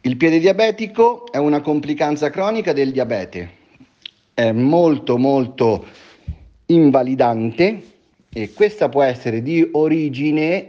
Il piede diabetico è una complicanza cronica del diabete, è molto molto invalidante e questa può essere di origine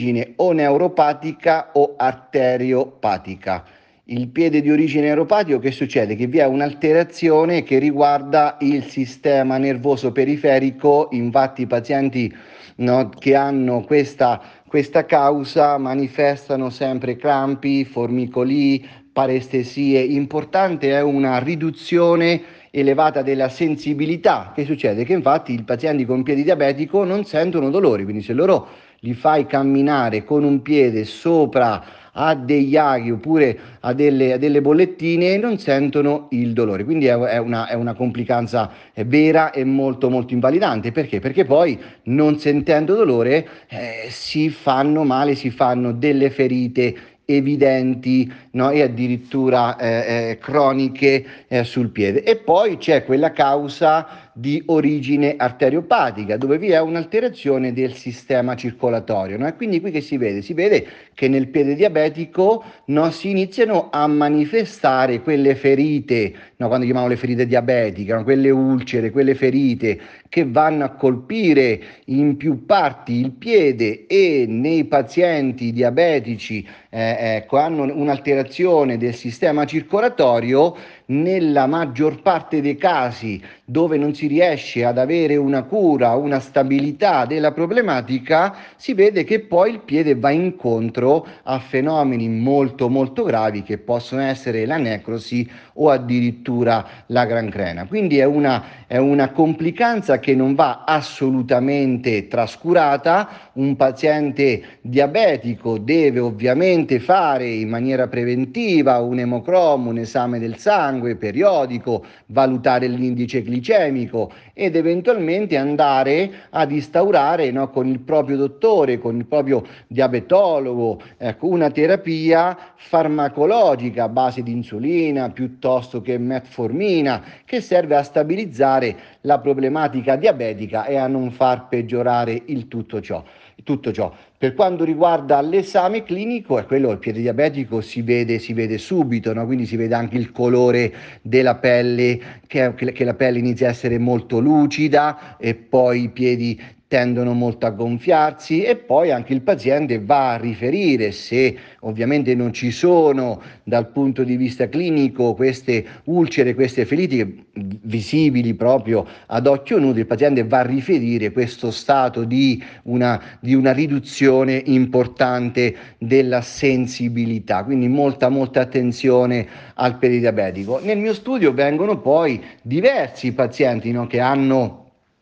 o neuropatica o arteriopatica. Il piede di origine neuropatico, che succede? Che vi è un'alterazione che riguarda il sistema nervoso periferico, infatti i pazienti che hanno questa causa manifestano sempre crampi, formicolii, parestesie. Importante è una riduzione elevata della sensibilità. Che succede? Che infatti i pazienti con piede diabetico non sentono dolori, quindi se loro li fai camminare con un piede sopra a degli aghi oppure a delle bollettine non sentono il dolore, quindi è una complicanza vera e molto molto invalidante. Perché? Perché poi non sentendo dolore si fanno male, si fanno delle ferite evidenti, no? E addirittura croniche sul piede. E poi c'è quella causa di origine arteriopatica, dove vi è un'alterazione del sistema circolatorio, no? E quindi qui che si vede? Si vede che nel piede diabetico, no, si iniziano a manifestare quelle ferite, no, quando chiamiamo le ferite diabetiche, no, quelle ulcere, quelle ferite che vanno a colpire in più parti il piede, e nei pazienti diabetici hanno un'alterazione del sistema circolatorio. Nella maggior parte dei casi dove non si riesce ad avere una cura, una stabilità della problematica, si vede che poi il piede va incontro a fenomeni molto molto gravi che possono essere la necrosi o addirittura la grancrena. Quindi è una complicanza che non va assolutamente trascurata. Un paziente diabetico deve ovviamente fare in maniera preventiva un emocromo, un esame del sangue periodico, valutare l'indice glicemico ed eventualmente andare ad instaurare, no, con il proprio dottore, con il proprio diabetologo, una terapia farmacologica a base di insulina piuttosto che metformina, che serve a stabilizzare la problematica diabetica e a non far peggiorare il tutto ciò. Tutto ciò. Per quanto riguarda l'esame clinico, è quello, il piede diabetico si vede subito, no? Quindi si vede anche il colore della pelle, che la pelle inizia a essere molto lucida, e poi i piedi tendono molto a gonfiarsi, e poi anche il paziente va a riferire, se ovviamente non ci sono dal punto di vista clinico queste ulcere, queste ferite visibili proprio ad occhio nudo, il paziente va a riferire questo stato di una riduzione importante della sensibilità, quindi molta attenzione al peridiabetico. Nel mio studio vengono poi diversi pazienti, no, che hanno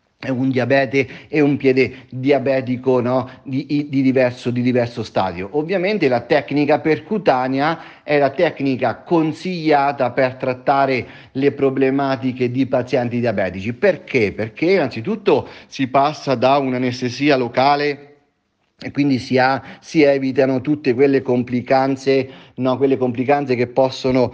un diabete e un piede diabetico, no, di diverso stadio. Ovviamente la tecnica percutanea è la tecnica consigliata per trattare le problematiche di pazienti diabetici. Perché? Perché innanzitutto si passa da un'anestesia locale e quindi si evitano tutte quelle complicanze, no, quelle complicanze che possono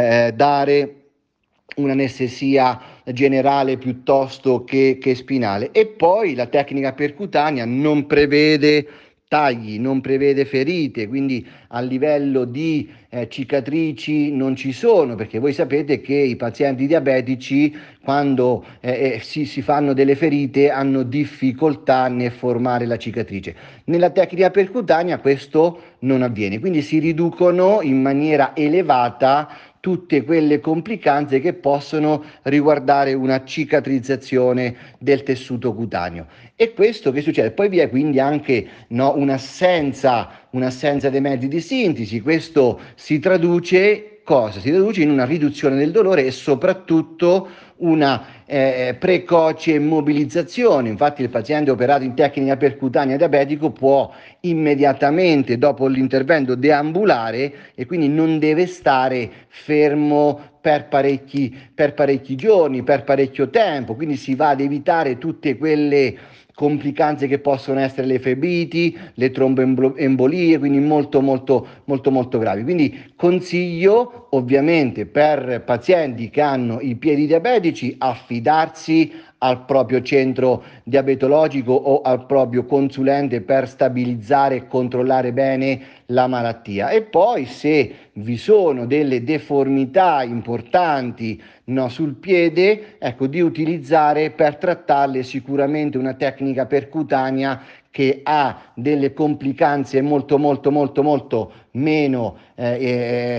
dare un'anestesia generale piuttosto che spinale. E poi la tecnica percutanea non prevede tagli, non prevede ferite, quindi a livello di cicatrici non ci sono, perché voi sapete che i pazienti diabetici, quando si fanno delle ferite, hanno difficoltà nel formare la cicatrice. Nella tecnica percutanea questo non avviene, quindi si riducono in maniera elevata tutte quelle complicanze che possono riguardare una cicatrizzazione del tessuto cutaneo. E questo che succede? Poi vi è quindi anche, no, un'assenza dei mezzi di sintesi. Questo si traduce cosa? Si traduce in una riduzione del dolore e soprattutto una precoce mobilizzazione. Infatti il paziente operato in tecnica percutanea diabetico può immediatamente dopo l'intervento deambulare, e quindi non deve stare fermo per parecchi giorni, per parecchio tempo, quindi si va ad evitare tutte quelle complicanze che possono essere le febbriti, le tromboembolie, quindi molto gravi. Quindi consiglio ovviamente per pazienti che hanno i piedi diabetici affidarsi al proprio centro diabetologico o al proprio consulente per stabilizzare e controllare bene la malattia. E poi, se vi sono delle deformità importanti, no, sul piede, ecco, di utilizzare per trattarle sicuramente una tecnica percutanea che ha delle complicanze molto meno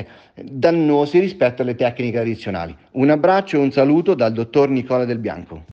dannosi rispetto alle tecniche tradizionali. Un abbraccio e un saluto dal dottor Nicola Del Bianco.